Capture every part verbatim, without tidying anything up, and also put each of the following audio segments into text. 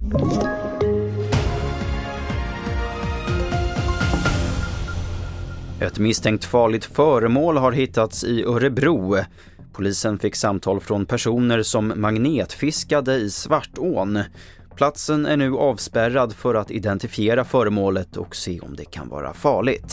Ett misstänkt farligt föremål har hittats i Örebro. Polisen fick samtal från personer som magnetfiskade i Svartån. Platsen är nu avspärrad för att identifiera föremålet och se om det kan vara farligt.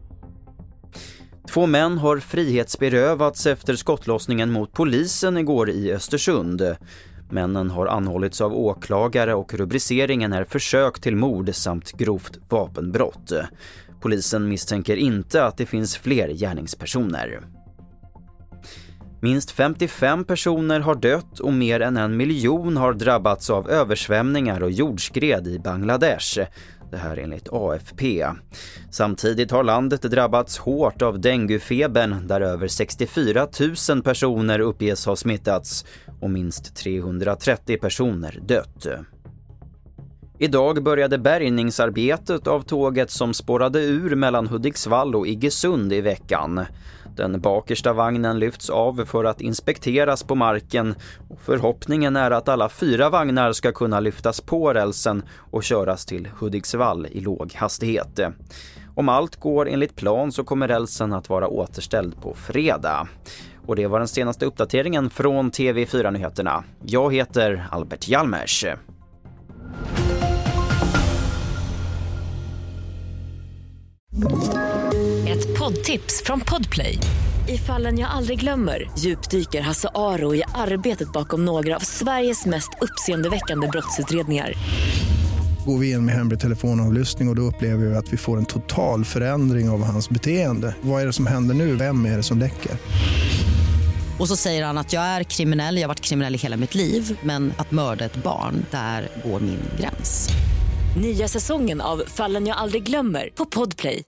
Två män har frihetsberövats efter skottlossningen mot polisen igår i Östersund. Männen har anhållits av åklagare och rubriceringen är försök till mord samt grovt vapenbrott. Polisen misstänker inte att det finns fler gärningspersoner. Minst femtiofem personer har dött och mer än en miljon har drabbats av översvämningar och jordskred i Bangladesh. Det här enligt A F P. Samtidigt har landet drabbats hårt av denguefebern där över sextiofyra tusen personer uppges ha smittats och minst trehundratrettio personer dött. Idag började bärgningsarbetet av tåget som spårade ur mellan Hudiksvall och Iggesund i veckan. Den bakersta vagnen lyfts av för att inspekteras på marken och förhoppningen är att alla fyra vagnar ska kunna lyftas på rälsen och köras till Hudiksvall i låg hastighet. Om allt går enligt plan så kommer rälsen att vara återställd på fredag. Och det var den senaste uppdateringen från T V fyra-nyheterna. Jag heter Albert Hjalmers. Ett poddtips från Podplay. I Fallen jag aldrig glömmer djupdyker Hasse Aro i arbetet bakom några av Sveriges mest uppseendeväckande brottsutredningar. Går vi in med hemlig telefonavlyssning och då upplever vi att vi får en total förändring av hans beteende. Vad är det som händer nu? Vem är det som läcker? Och så säger han att jag är kriminell, jag har varit kriminell i hela mitt liv. Men att mörda ett barn, där går min gräns. Nya säsongen av Fallen jag aldrig glömmer på Podplay.